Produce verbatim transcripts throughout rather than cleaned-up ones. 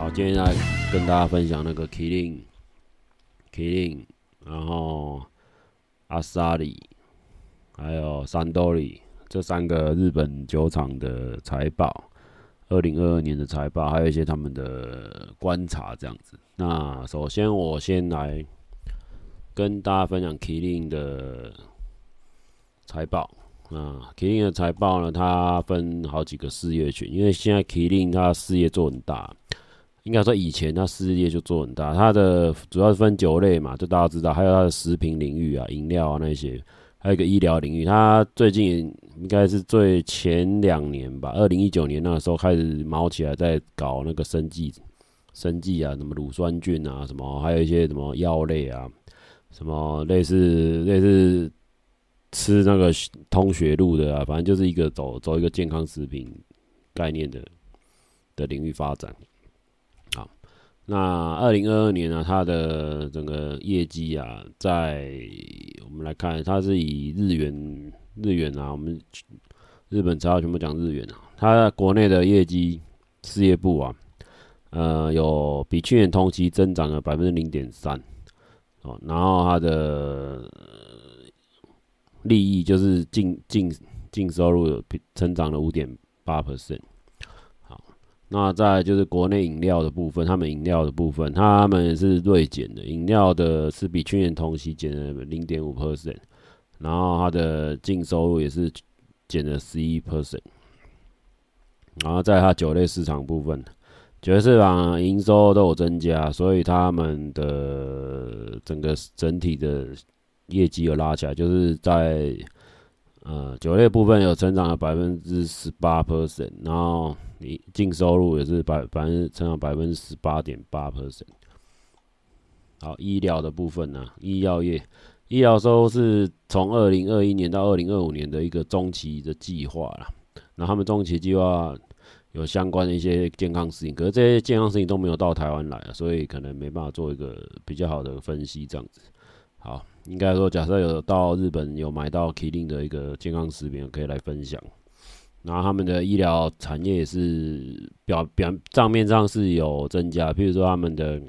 好，今天来跟大家分享那个麒麟、麒麟，然后阿萨里，还有三多里这三个日本酒厂的财报，二零二二年的财报，还有一些他们的观察这样子。那首先我先来跟大家分享麒麟的财报。啊，麒麟的财报呢，它分好几个事业群，因为现在麒麟它事业做很大，应该说以前它事业就做很大，它的主要是分酒类嘛，就大家知道，还有它的食品领域啊、饮料啊那些，还有一个医疗领域。它最近应该是最前两年吧，二零一九年那个时候开始毛起来，在搞那个生技、生技啊，什么乳酸菌啊，什么还有一些什么药类啊，什么类似类似。吃那个通血路的啊，反正就是一个走走一个健康食品概念的的领域发展。好，那二零二二年呢、啊，它的整个业绩啊，在我们来看，它是以日元日元啊，我们日本财报全部讲日元啊，它国内的业绩事业部啊，呃，有比去年同期增长了百分之零点三，哦，然后它的利益就是净净净收入成长了 百分之五点八。 好，那再来就是国内饮料的部分，他们饮料的部分，他们也是锐减的，饮料的是比去年同期减了 百分之零点五， 然后它的净收入也是减了 百分之十一， 然后在它酒类市场部分，酒类市场营收都有增加，所以他们的整个整体的业绩有拉起来，就是在呃酒类部分有成长了百分之十八 percent， 然后净收入也是百百分成长百分之十八点八 percent。好，医疗的部分呢、啊，医药业医疗收入是从二零二一年到二零二五年的一个中期的计划啦，然后他们中期计划有相关的一些健康食品，可是这些健康食品都没有到台湾来，所以可能没办法做一个比较好的分析这样子。好，应该说，假设有到日本有买到麒麟的一个健康食品，可以来分享。然后他们的医疗产业也是表表账面上是有增加，譬如说他们的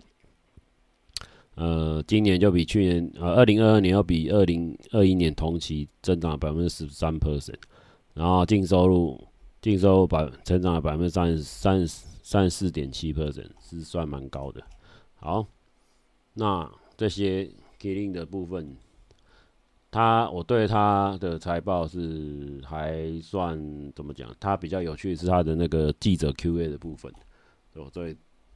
呃今年就比去年呃二零二二年要比二零二一年同期增长百分之十三 percent， 然后净收入净收入百成长了百分之三三三十四点七 percent， 是算蛮高的。好，那这些麒麟的部分，他我对他的财报是还算怎么讲？他比较有趣的是他的那个记者 Q A 的部分，我对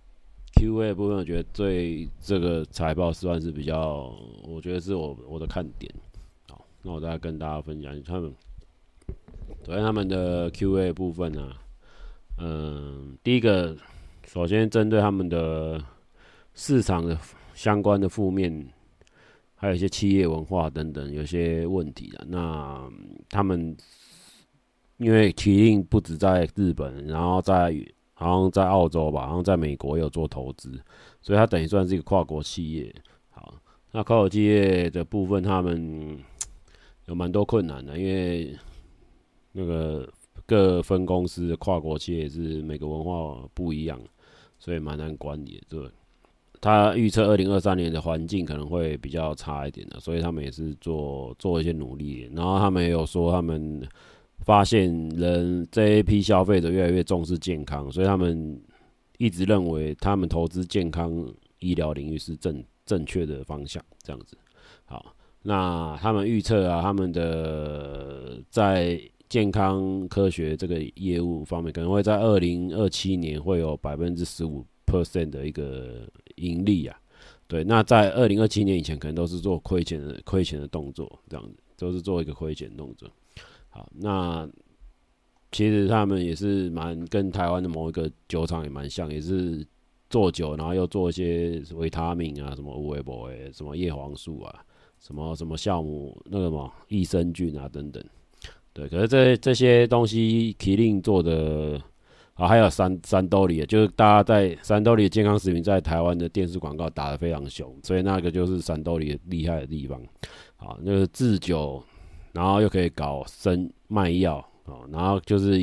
Q A 的部分，我觉得对这个财报算是比较，我觉得是我我的看点。好，那我再跟大家分享他们，首先他们的 Q A 的部分呢、啊，嗯，第一个，首先针对他们的市场的相关的负面。还有一些企业文化等等，有些问题的。那他们因为麒麟不止在日本，然后在好像在澳洲吧，好像在美国也有做投资，所以它等于算是一个跨国企业。好，那跨国企业的部分，他们有蛮多困难的，因为那个各分公司的跨国企业是每个文化不一样，所以蛮难管理的，对。他预测二零二三年的环境可能会比较差一点的，所以他们也是做做一些努力。然后他们也有说，他们发现人这一批消费者越来越重视健康，所以他们一直认为他们投资健康医疗领域是正正确的方向，这样子。好，那他们预测啊，他们的在健康科学这个业务方面，可能会在二零二七年会有百分之十五 percent 的一个盈利啊，对，那在二零二七年以前，可能都是做亏钱的亏钱的动作，这样子都是做一个亏钱动作。好，那其实他们也是蛮跟台湾的某一个酒厂也蛮像，也是做酒，然后又做一些维他命啊，什么无微博诶，什么叶黄素啊，什么什么酵母那个什么益生菌啊等等。对，可是这这些东西麒麟做的。好，还有三三兜里，就是大家在三兜里的健康食品在台湾的电视广告打得非常凶，所以那个就是三兜里厉害的地方。好，那个制酒，然后又可以搞生卖药，然后就是一个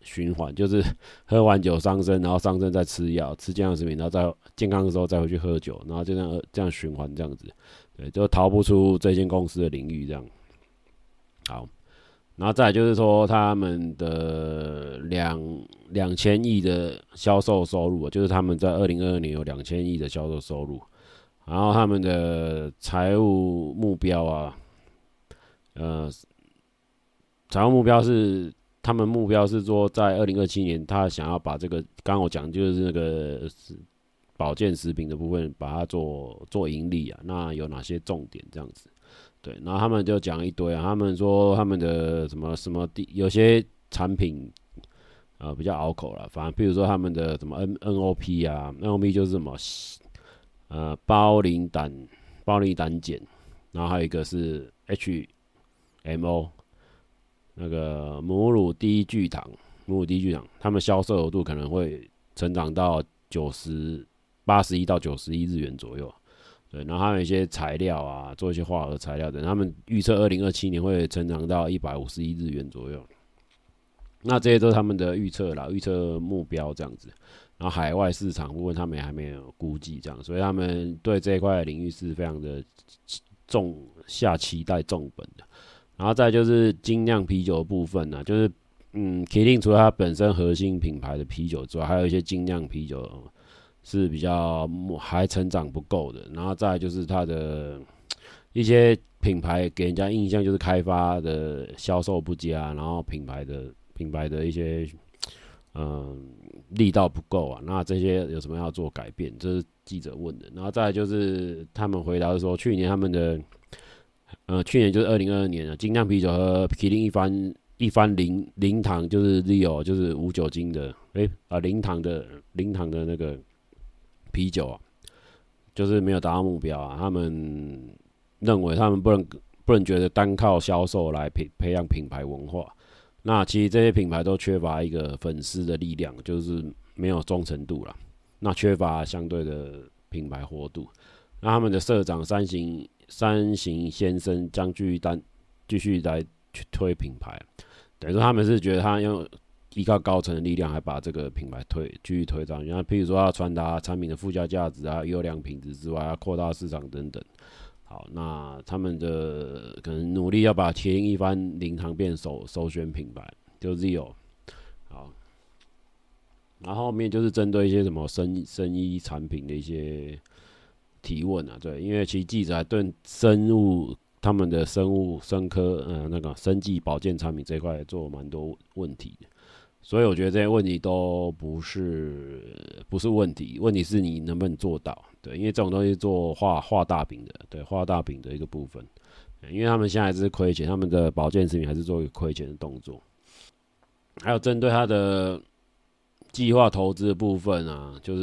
循环，就是喝完酒伤身，然后伤身再吃药，吃健康食品，然后再健康的时候再回去喝酒，然后就这样这样循环这样子，对，就逃不出这间公司的领域这样。好，然后再来就是说他们的两两千亿的销售收入，就是他们在二零二二年有两千亿的销售收入，然后他们的财务目标啊，呃，财务目标是。他们目标是说，在二零二七年，他想要把这个刚刚我讲就是那个保健食品的部分，把它做做盈利啊。那有哪些重点这样子？对，然后他们就讲一堆啊，他们说他们的什么什么有些产品呃比较拗口了，反正比如说他们的什么 N N O P 啊 ，N O P 就是什么呃胞磷胆胞磷胆碱，然后还有一个是 H M O。那个母乳低聚糖，母乳低聚糖，他们销售额度可能会成长到九十八十亿到九十亿日元左右。对，然后还有一些材料啊，做一些化合材料等，他们预测二零二七年会成长到一百五十亿日元左右。那这些都是他们的预测啦，预测目标这样子。然后海外市场部分他们也还没有估计这样，所以他们对这一块领域是非常的重下期待重本的。然后再就是精酿啤酒的部分呢、啊，就是嗯，麒麟除了它本身核心品牌的啤酒之外，还有一些精酿啤酒是比较还成长不够的。然后再来就是它的一些品牌给人家印象就是开发的销售不佳，然后品牌的品牌的一些嗯力道不够啊。那这些有什么要做改变？这是记者问的。然后再来就是他们回答说，去年他们的呃，去年就是二零二二年啊，精酿啤酒和麒麟一番一番零零糖就是 Zero 就是无酒精的，哎、欸、啊零糖的零糖的那个啤酒啊，就是没有达到目标啊。他们认为他们不能不能觉得单靠销售来培培养品牌文化。那其实这些品牌都缺乏一个粉丝的力量，就是没有忠诚度啦。那缺乏相对的品牌活度。那他们的社长三行。三行先生将继续单继续来去推品牌，等于说他们是觉得他用依靠高层的力量，还把这个品牌推继续推上去。那譬如说要传达产品的附加价值啊、优良品质之外，要扩大市场等等。好，那他们的可能努力要把麒麟一番零糖变首首选品牌，就 Zero。好，然后后面就是针对一些什么生生医产品的一些。提问啊，对，因为其实记者还对生物他们的生物生科呃那个生技保健产品这一块做蛮多问题的，所以我觉得这些问题都不是不是问题，问题是你能不能做到，对，因为这种东西做画画大饼的，对，画大饼的一个部分，因为他们现在还是亏钱，他们的保健食品还是做一个亏钱的动作，还有针对他的计划投资的部分啊，就是。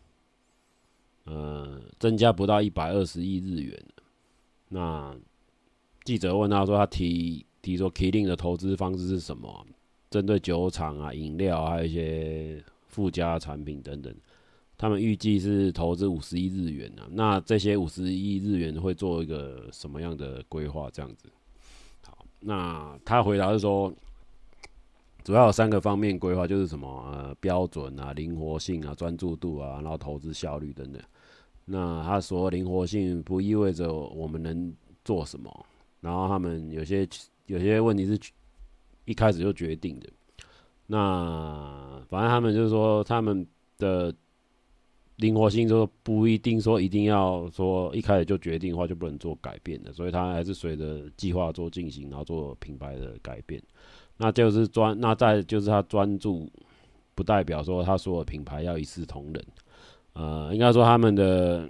呃，增加不到一百二十亿日元。那记者问他说，他提提说麒麟的投资方式是什么、啊？针对酒厂啊、饮料，还有一些附加产品等等，他们预计是投资五十亿日元啊。那这些五十亿日元会做一个什么样的规划？这样子。好，那他回答是说。主要有三个方面规划，就是什么呃标准啊、灵活性啊、专注度啊，然后投资效率等等。那他说灵活性不意味着我们能做什么，然后他们有些有些问题是一开始就决定的。那反正他们就是说他们的灵活性就不一定说一定要说一开始就决定的话就不能做改变的，所以他还是随着计划做进行，然后做品牌的改变。那就是专，那再就是他专注，不代表说他所有品牌要一视同仁。呃，应该说他们的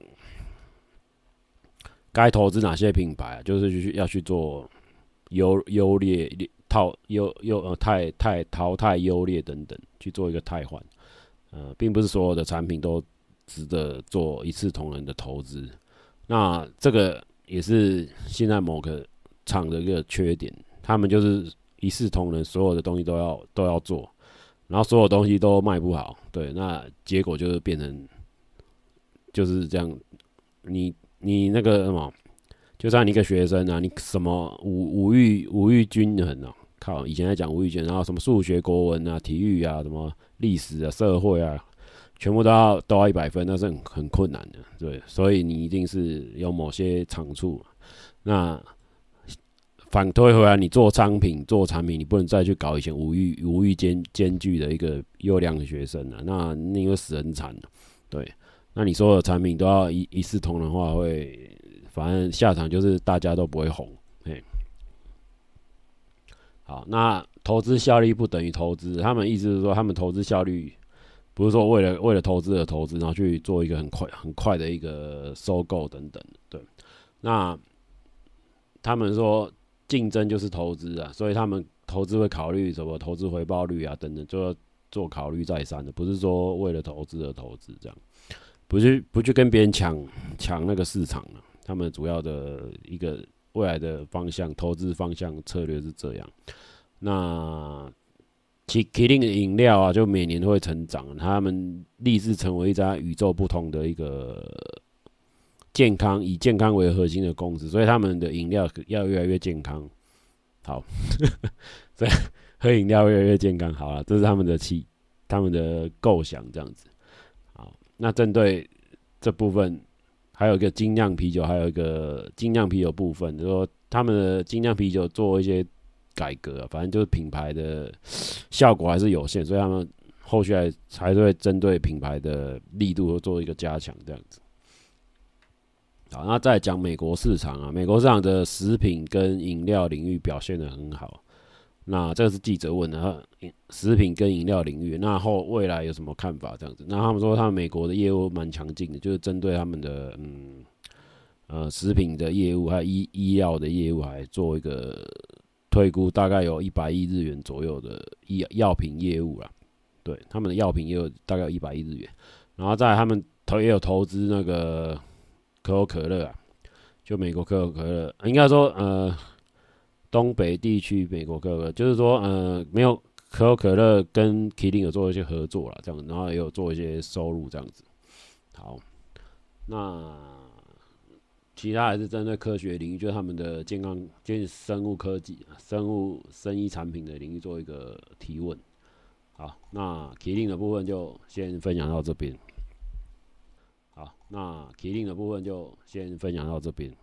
该投资哪些品牌，就是去要去做优优劣套优优呃汰汰淘汰优劣等等，去做一个汰换。呃，并不是所有的产品都值得做一视同仁的投资。那这个也是现在某个厂的一个缺点，他们就是。一视同仁，所有的东西都要都要做，然后所有东西都卖不好，对，那结果就是变成就是这样。你你那个什么，就像你一个学生啊，你什么五五育五育均衡啊， 靠，以前在讲无预警，然后什么数学、国文啊、体育啊、什么历史啊、社会啊，全部都要都要一百分，那是很很困难的，对，所以你一定是有某些长处。那反推回来，你做商品、做产品，你不能再去搞以前无欲无欲兼兼具的一个优良的学生了，那你会死很惨的，对。那你所有的产品都要一一视同仁的话，会反正下场就是大家都不会红，嘿。好，那投资效率不等于投资，他们意思是说，他们投资效率不是说为了为了投资而投资，然后去做一个很快很快的一个收购等等，对。那他们说竞争就是投资啊，所以他们投资会考虑什么投资回报率啊等等，就要做考虑再三的，不是说为了投资而投资这样。不去不去跟别人抢抢那个市场了，他们主要的一个未来的方向、投资方向策略是这样。那麒麒麟的饮料啊，就每年都会成长，他们立志成为一家与众不同的一个健康以健康为核心的公司，所以他们的饮料要越来越健康。好，所以喝饮料越来越健康，好了，这是他们的期他们的构想这样子。那针对这部分，还有一个精酿啤酒，还有一个精酿啤酒部分，就是说他们的精酿啤酒做一些改革、啊，反正就是品牌的效果还是有限，所以他们后续还还是会针对品牌的力度做一个加强，这样子。好，那再讲美国市场啊，美国市场的食品跟饮料领域表现得很好。那这个是记者问的，食品跟饮料领域，那后未来有什么看法？这样子，那他们说他们美国的业务蛮强劲的，就是针对他们的嗯呃食品的业务还有医医药的业务，还做一个推估，大概有一百亿日元左右的医药品业务啦。对，他们的药品业务大概有一百亿日元，然后再来他们投也有投资那个可口可乐啊，就美国可口可乐，应该说呃。东北地区美国可口可乐，就是说，呃，没有可口可乐跟麒麟有做一些合作啦，这样，然后也有做一些收入这样子。好，那其他还是针对科学领域，就是他们的健康、就是生物科技、生物生医产品的领域做一个提问。好，那麒麟的部分就先分享到这边。好，那麒麟的部分就先分享到这边。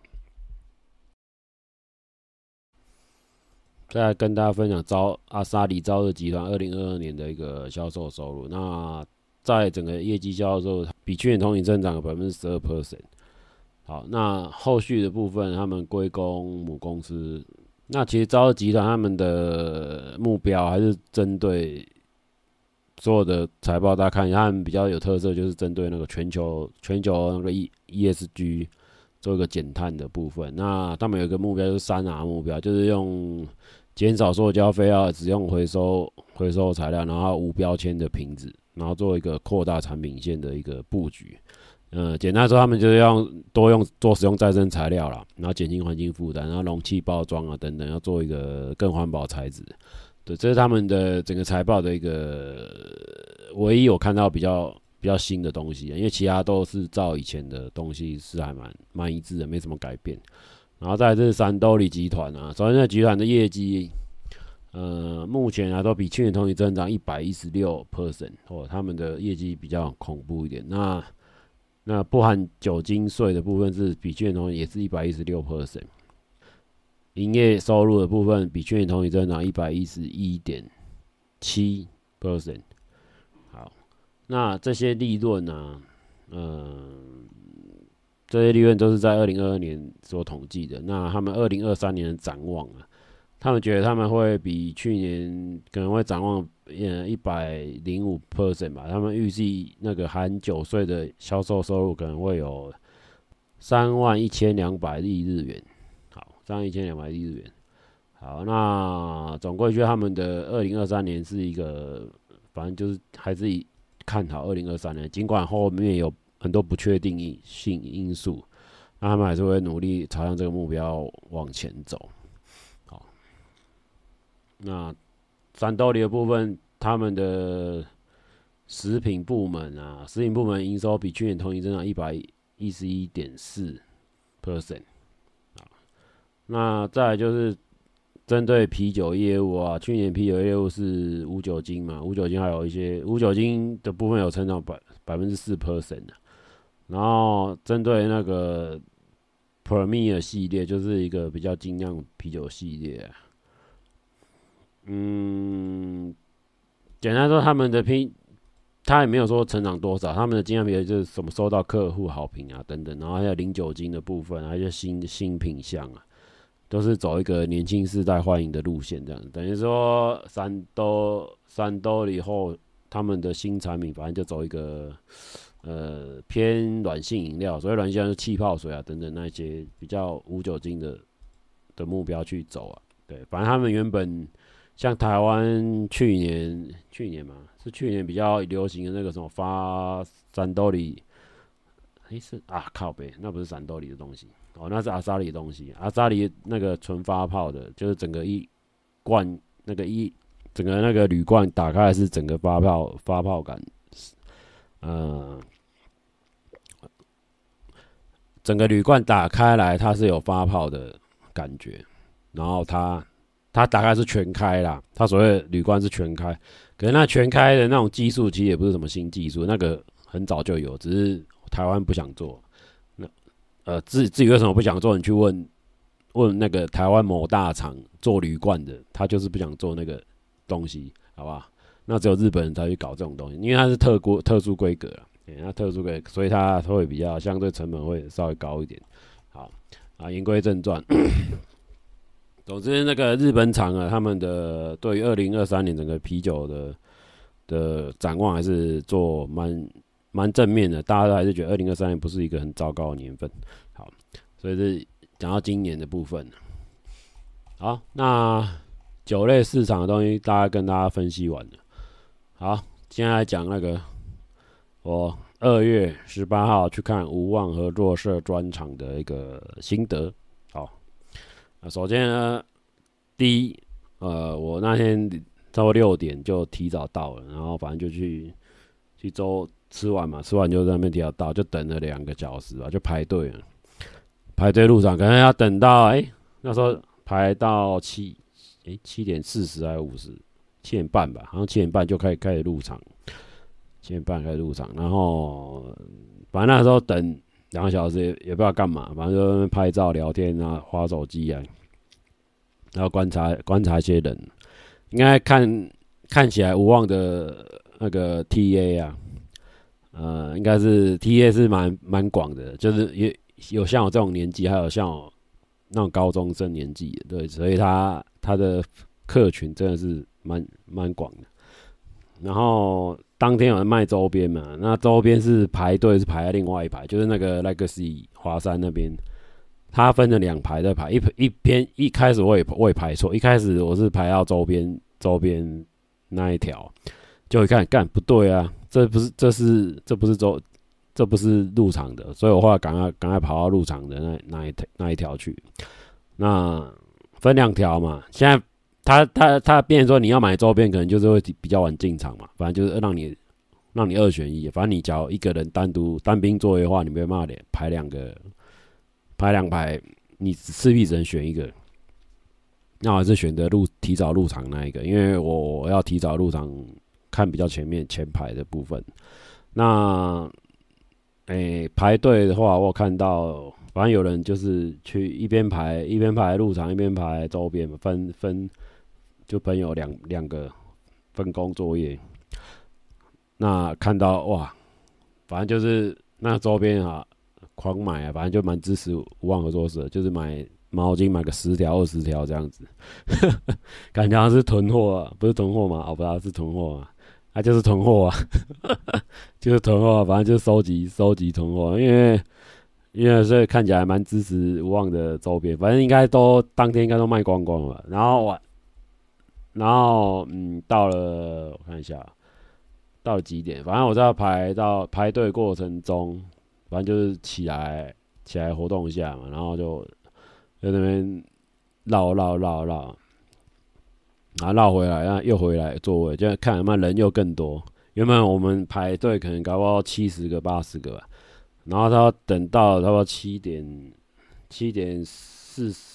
再来跟大家分享朝阿沙里朝日集团二零二二年的一个销售收入。那在整个业绩销售比去年同期增长了 百分之十二。好，那后续的部分他们归功母公司。那其实朝日集团他们的目标还是针对所有的财报，大家看一下，他们比较有特色就是针对那个全球全球那个 E S G 做一个减碳的部分。那他们有一个目标就是三 R 目标，就是用减少塑胶废料，只用回收回收材料，然后无标签的瓶子，然后做一个扩大产品线的一个布局。呃，简单说，他们就是要多用做使用再生材料啦，然后减轻环境负担，然后容器包装啊等等，要做一个更环保材质。对，这是他们的整个财报的一个唯一我看到比较比较新的东西，因为其他都是照以前的东西是还蛮蛮一致的，没什么改变。然后再来这是三兜里集团啊，首先这集团的业绩，呃，目前啊都比去年同期增长 百分之一百一十六， 哦，他们的业绩比较恐怖一点。那那不含酒精税的部分是比去年同期也是 百分之一百一十六， 营业收入的部分比去年同期增长 百分之一百一十一点七。好，那这些利润啊，呃，这些利润都是在二零二二年所统计的。那他们二零二三年的展望啊，他们觉得他们会比去年可能会展望呃一百零五 percent 吧。他们预计那个含酒税的销售收入可能会有三万一千两百亿日元。好，三万一千两百亿日元。好，那总归觉得他们的二零二三年是一个，反正就是还是看好二零二三年，尽管后面有很多不确定性因素，那他们还是会努力朝向这个目标往前走。好，那三兜里的部分，他们的食品部门啊，食品部门营收比去年同期增长 百分之一百一十一点四。那再来就是针对啤酒业务啊，去年啤酒业务是无酒精嘛，无酒精还有一些无酒精的部分有成长百百分之四 percent 的，然后针对那个 Premier 系列，就是一个比较精酿啤酒系列、啊，嗯，简单说他们的啤，他也没有说成长多少，他们的精酿啤酒就是什么收到客户好评啊等等，然后还有零酒精的部分，还有新新品项啊。都是走一个年轻世代欢迎的路线，这样等于说三兜三兜以后，他们的新产品反正就走一个呃偏软性饮料，所谓软性就是气泡水啊等等那些比较无酒精的的目标去走啊。对，反正他们原本像台湾去年去年嘛，是去年比较流行的那个什么发三兜里，哎、欸、是啊靠北，那不是三兜里的东西。哦，那是阿萨里的东西。阿萨里那个纯发泡的，就是整个一罐那个一整个那个铝罐打开来是整个发泡发泡感，呃，整个铝罐打开来它是有发泡的感觉，然后它它打开是全开啦，它所谓的铝罐是全开，可是那全开的那种技术其实也不是什么新技术，那个很早就有，只是台湾不想做。呃，自自己为什么不想做？你去问问那个台湾某大厂做铝罐的，他就是不想做那个东西，好不好？那只有日本人才去搞这种东西，因为它是特规特殊规格了，它特殊规格，所以它会比较相对成本会稍微高一点。好啊，言归正传，总之那个日本厂啊，他们的对于二零二三年整个啤酒的的展望还是做蛮。蛮正面的，大家都还是觉得二零二三年不是一个很糟糕的年份。好，所以是讲到今年的部分。好，那酒类市场的东西，大家跟大家分析完了。好，现在来讲那个我二月十八号去看无望合作社专场的一个心得。好，那首先呢，第一，呃，我那天差不多六点就提早到了，然后反正就去去周。吃完嘛，吃完就在那边提早到，就等了两个小时吧，就排队了。排队入场可能要等到哎、欸，那时候排到七哎七点四十还是五十，七点半吧，好像七点半就开始开始入场，七点半开始入场，然后反正那时候等两个小时也也不知道干嘛，反正就在那边拍照聊天啊，滑手机啊，然后观察观察一些人，应该看看起来无望的那个 T A 啊。呃，应该是 T A 是蛮蛮广的，就是有有像我这种年纪，还有像我那种高中生年纪的，对，所以他他的客群真的是蛮蛮广的。然后当天有人卖周边嘛，那周边是排队是排在另外一排，就是那个 Legacy 华山那边，他分了两排在排，一一边一开始我也我也排错，一开始我是排到周边周边那一条，就一看干不对啊。这不是，这是，这不是周，这不是入场的，所以我后来赶快赶快跑到入场的那那一那一条去。那分两条嘛，现在他他他变成说你要买周边，可能就是会比较晚进场嘛，反正就是让你让你二选一，反正你只要一个人单独单兵座位的话，你没办法排两个排两排，你势必只能选一个。那我还是选择入提早入场那一个，因为我要提早入场。看比较前面前排的部分，那诶、欸、排队的话，我有看到，反正有人就是去一边排一边排入场，一边排周边，分分就朋友两两个分工作业。那看到哇，反正就是那周边啊，狂买啊，反正就蛮支持无望合作社，就是买毛巾买个十条二十条这样子，感觉好像是囤货啊，不是囤货嘛？哦，不知道是囤货啊。啊，就是囤货啊，就是囤货、啊，反正就是收集收集囤货，因为因为所以看起来蛮支持无望的周边，反正应该都当天应该都卖光光了。然后我，然后嗯，到了我看一下，到了几点？反正我在排到排队过程中，反正就是起来起来活动一下嘛，然后就在那边绕绕绕绕。然后绕回来，然后又回来座位，就看有没有人又更多。原本我们排队可能搞不好七十个、八十个吧，然后他等到差不多七点、七点四十，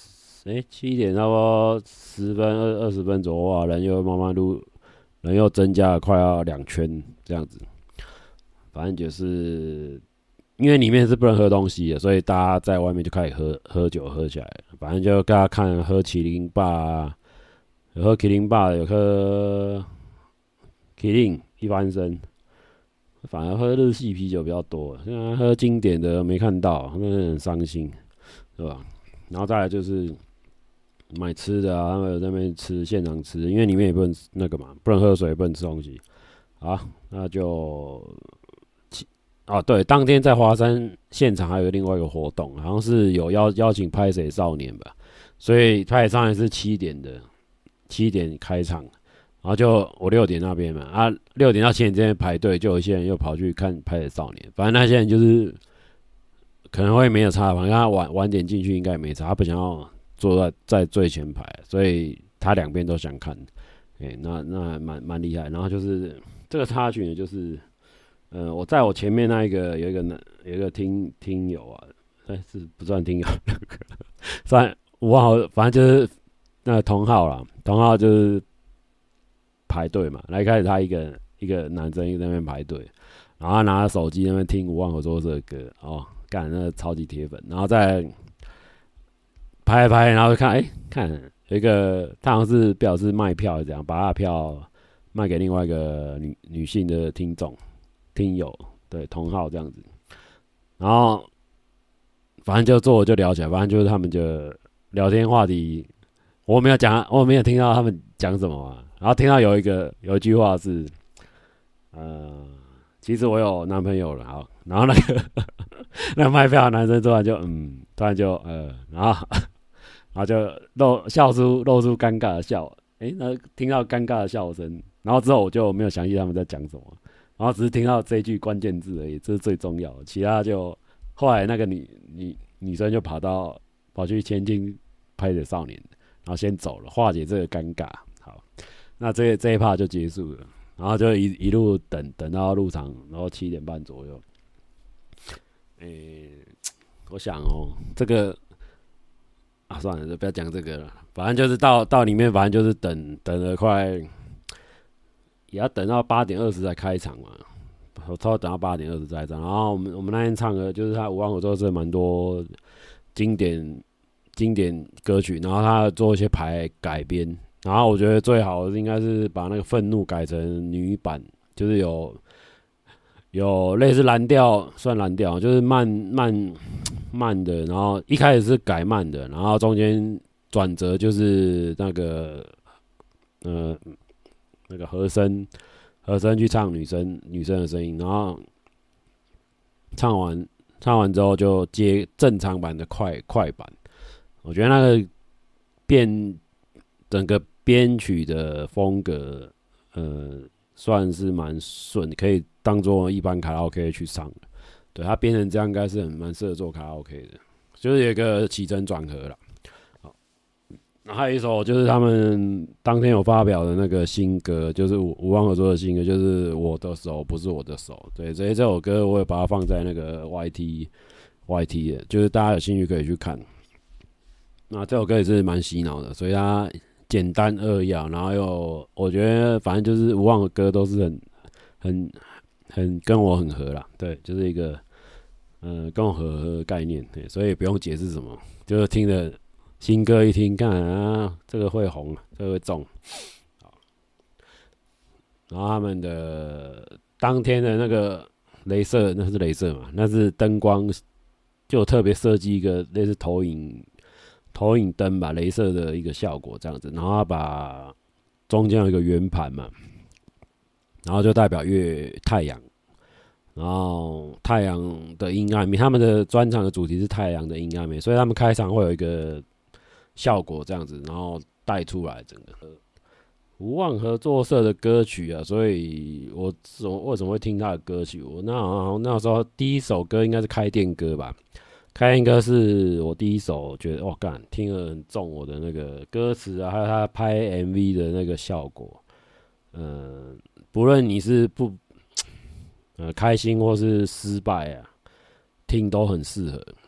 哎七点差不多十分二二十分左右，哇，人又慢慢路人又增加了快要两圈这样子。反正就是因为里面是不能喝东西的，所以大家在外面就开始喝喝酒喝起来了。反正就大家看喝麒麟霸啊，有喝麒麟霸的，有喝麒麟一番生，反而喝日系啤酒比较多。现在喝经典的没看到，真的很伤心，对吧？然后再来就是买吃的啊，他们有在那边吃现场吃，因为里面也不能那个嘛，不能喝水，不能吃东西。好，那就。啊，对，当天在华山现场还有另外一个活动，好像是有邀邀请拍谁少年吧，所以拍谁少年是七点的，七点开场，然后就我六点那边嘛，啊，六点到七点之间排队，就有一些人又跑去看拍谁少年，反正那些人就是可能会没有差，反正他晚晚点进去应该也没差，他不想要坐在在最前排，所以他两边都想看，哎、欸，那那蛮蛮厉害，然后就是这个插曲呢，就是。呃，我在我前面那一个有一个有一个听听友啊，哎、欸，是不算听友，算我忘了，反正就是那个同号啦，同号就是排队嘛。来开始他一个一个男生一个在那边排队，然后他拿着手机在那边听无望合作社的歌，哦，干那个超级铁粉，然后再拍一拍，然后就看，哎、欸，看有一个他好像是表示卖票这样，把他的票卖给另外一个女女性的听众。听友对同号这样子，然后反正就坐就聊起来，反正就是他们就聊天话题，我没有讲，我没有听到他们讲什么嘛。然后听到有一个有一句话是，呃，其实我有男朋友了，好，然后那个那个卖票的男生突然就嗯，突然就呃，然后然后就露笑出露出尴尬的笑，哎、欸，那听到尴尬的笑声，然后之后我就没有详细他们在讲什么。然后只是听到这一句关键字而已，这是最重要的。其他就后来那个女女女生就跑到跑去前进拍的少年，然后先走了，化解这个尴尬。好，那这这一趴就结束了，然后就一一路等等到入场，然后七点半左右。诶、欸，我想哦，这个啊算了，就不要讲这个了。反正就是到到里面，反正就是等等了快。也要等到八点二十才开场嘛，我超等到八点二十才开场。然后我们我们那天唱的，就是他无望合作社蛮多经典经典歌曲，然后他做一些牌改编。然后我觉得最好的应该是把那个愤怒改成女版，就是有有类似蓝调，算蓝调，就是慢慢慢的，然后一开始是改慢的，然后中间转折就是那个呃。那个和声，和声去唱女生女生的声音，然后唱完唱完之后就接正常版的快快版。我觉得那个变整个编曲的风格，呃，算是蛮顺，可以当做一般卡拉 OK 去唱的。对，它编成这样，应该是很蛮适合做卡拉 OK 的，就是有一个起承转合啦。然后还有一首就是他们当天有发表的那个新歌，就是无望合作的新歌，就是我的手不是我的手。对，所以这首歌我也把它放在那个 Y T Y T 的，就是大家有兴趣可以去看。那这首歌也是蛮洗脑的，所以它简单扼要，然后又我觉得反正就是无望的歌都是很很很跟我很合啦。对，就是一个呃跟我合合的概念，对，所以不用解释什么，就是听着。新歌一听，看啊，这个会红，这个会中。好，然后他们的当天的那个雷射，那是雷射嘛？那是灯光，就特别设计一个类似投影投影灯吧，雷射的一个效果这样子。然后他把中间有一个圆盘嘛，然后就代表月太阳，然后太阳的阴暗面，他们的专场的主题是太阳的阴暗面，所以他们开场会有一个。效果这样子，然后带出来整个无望合作社的歌曲啊，所以我为什么会听他的歌曲？我那那时候第一首歌应该是开店歌吧，开店歌是我第一首觉得哇干，听了很重我的那个歌词啊，还有他拍 M V 的那个效果，呃，不论你是不呃开心或是失败啊，听都很适合。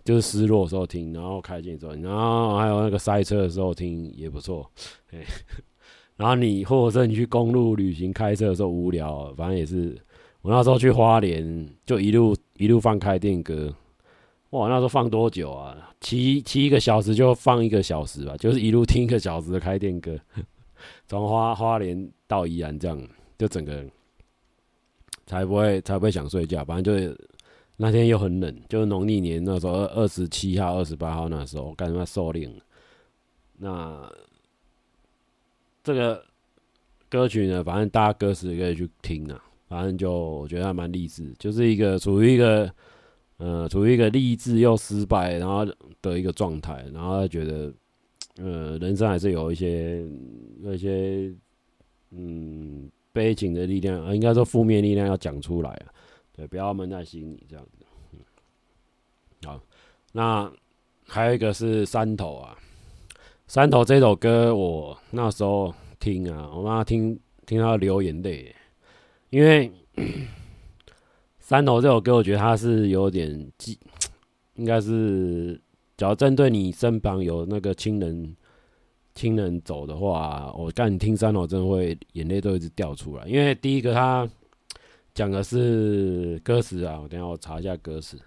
就是失落的时候听，然后开进之后，然后还有那个塞车的时候听也不错。然后你或者是你去公路旅行开车的时候无聊，反正也是。我那时候去花莲，就一路一路放开店歌。哇，那时候放多久啊？骑骑一个小时就放一个小时吧，就是一路听一个小时的开店歌，从花花莲到宜兰这样，就整个才不会才不会想睡觉。反正就是那天又很冷，就是农历年那时候二十七号、二十八号那时候，干他妈受冷。那这个歌曲呢，反正大家歌词可以去听啊，反正就我觉得还蛮励志，就是一个处于一个。呃，处于一个励志又失败，然后的一个状态，然后他觉得，呃，人生还是有一些有一些嗯悲情的力量，呃，应该说负面力量要讲出来啊，对，不要闷在心里这样子。嗯，好，那还有一个是山头啊，山头这首歌我那时候听啊，我妈听听到流眼泪，因为。山头这首歌，我觉得它是有点，应该是，只要针对你身旁有那个亲人、亲人走的话，我干你听山头真的会眼泪都一直掉出来。因为第一个他讲的是歌词啊，我等一下我查一下歌词。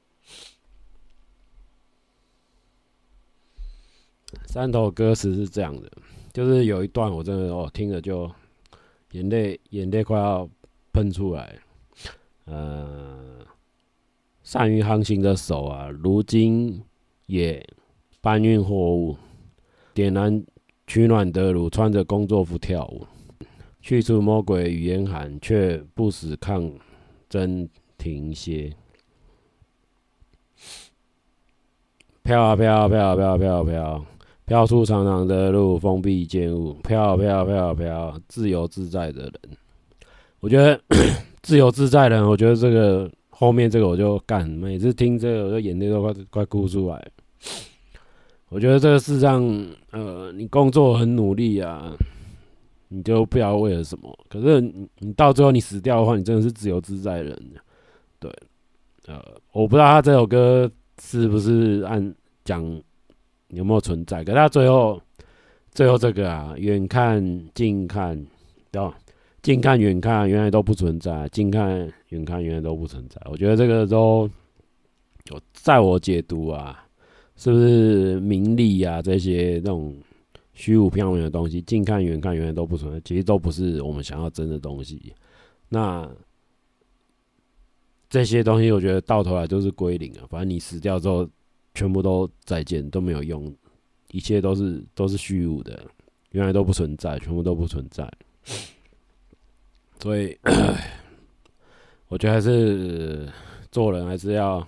山头歌词是这样的，就是有一段我真的哦听了就眼泪眼泪快要喷出来。呃，善于航行的手啊，如今也搬运货物，点燃取暖的炉，穿着工作服跳舞，去除魔鬼与严寒，却不使抗争停歇。飘啊飘啊飘啊飘啊飘啊飘，飘出长长的路，封闭建物，飘啊飘啊飘啊飘，自由自在的人。我觉得。自由自在的人，我觉得这个后面这个我就干，每次听这个我就眼泪都快快哭出来。我觉得这个世上，呃，你工作很努力啊，你就不知道为了什么。可是你你到最后你死掉的话，你真的是自由自在的人。对，呃，我不知道他这首歌是不是按讲有没有存在，可是他最后最后这个啊，远看近看，对吧？近看远看原来都不存在，近看远看原来都不存在。我觉得这个都有在我解读啊，是不是名利啊这些那种虚无缥缈的东西，近看远看原来都不存在，其实都不是我们想要真的东西。那这些东西我觉得到头来都是归零啊，反正你死掉之后，全部都再见，都没有用，一切都是都是虚无的，原来都不存在，全部都不存在。所以，我觉得还是做人还是要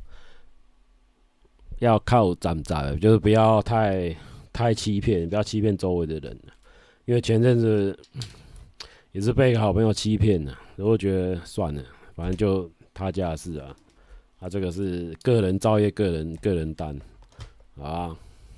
要靠站在，就是不要太太欺骗，不要欺骗周围的人。因为前阵子也是被一个好朋友欺骗了，我觉得算了，反正就他家的事啊。他、啊、这个是个人造业，个人个人担啊。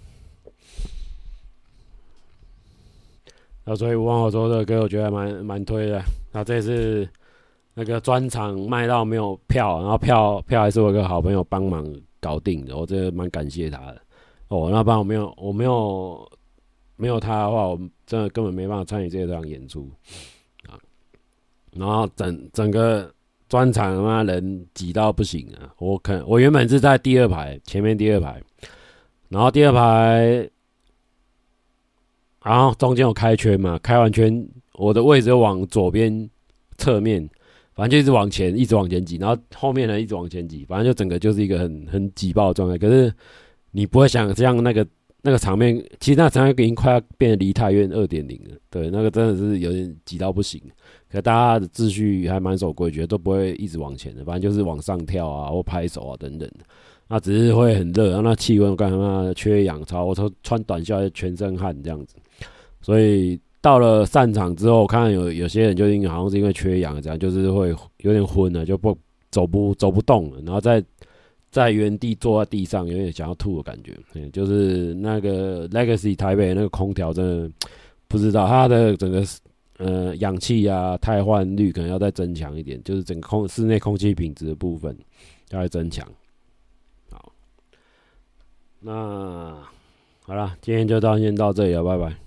那所以吴王我说这个歌，我觉得蛮蛮推的。那这次那个专场卖到没有票，然后票票还是我一个好朋友帮忙搞定的，我真的蛮感谢他的。哦，那不然我没有我没有没有他的话，我真的根本没办法参与这场演出啊。然后整整个专场嘛，人挤到不行啊！我可我原本是在第二排，前面第二排，然后第二排。然后中间有开圈嘛，开完圈，我的位置就往左边侧面，反正就一直往前，一直往前挤，然后后面呢一直往前挤，反正就整个就是一个很很挤爆的状态。可是你不会想象那个那个场面，其实那个场面已经快要变成梨泰院 二点零 了，对，那个真的是有点挤到不行。可大家的秩序还蛮守规矩的，都不会一直往前的，反正就是往上跳啊，或拍手啊等等的。那只是会很热，然后那气温干他妈缺氧超，我穿短袖全身汗这样子。所以到了散场之后，我看有有些人就因为好像是因为缺氧这样，就是会有点昏了，就不走不走不动了，然后在在原地坐在地上，有点想要吐的感觉。嗯，就是那个 Legacy 台北那个空调真的不知道它的整个呃氧气啊汰换率可能要再增强一点，就是整个空室内空气品质的部分要再增强。好， 那好了，今天就到先到这里了，拜拜。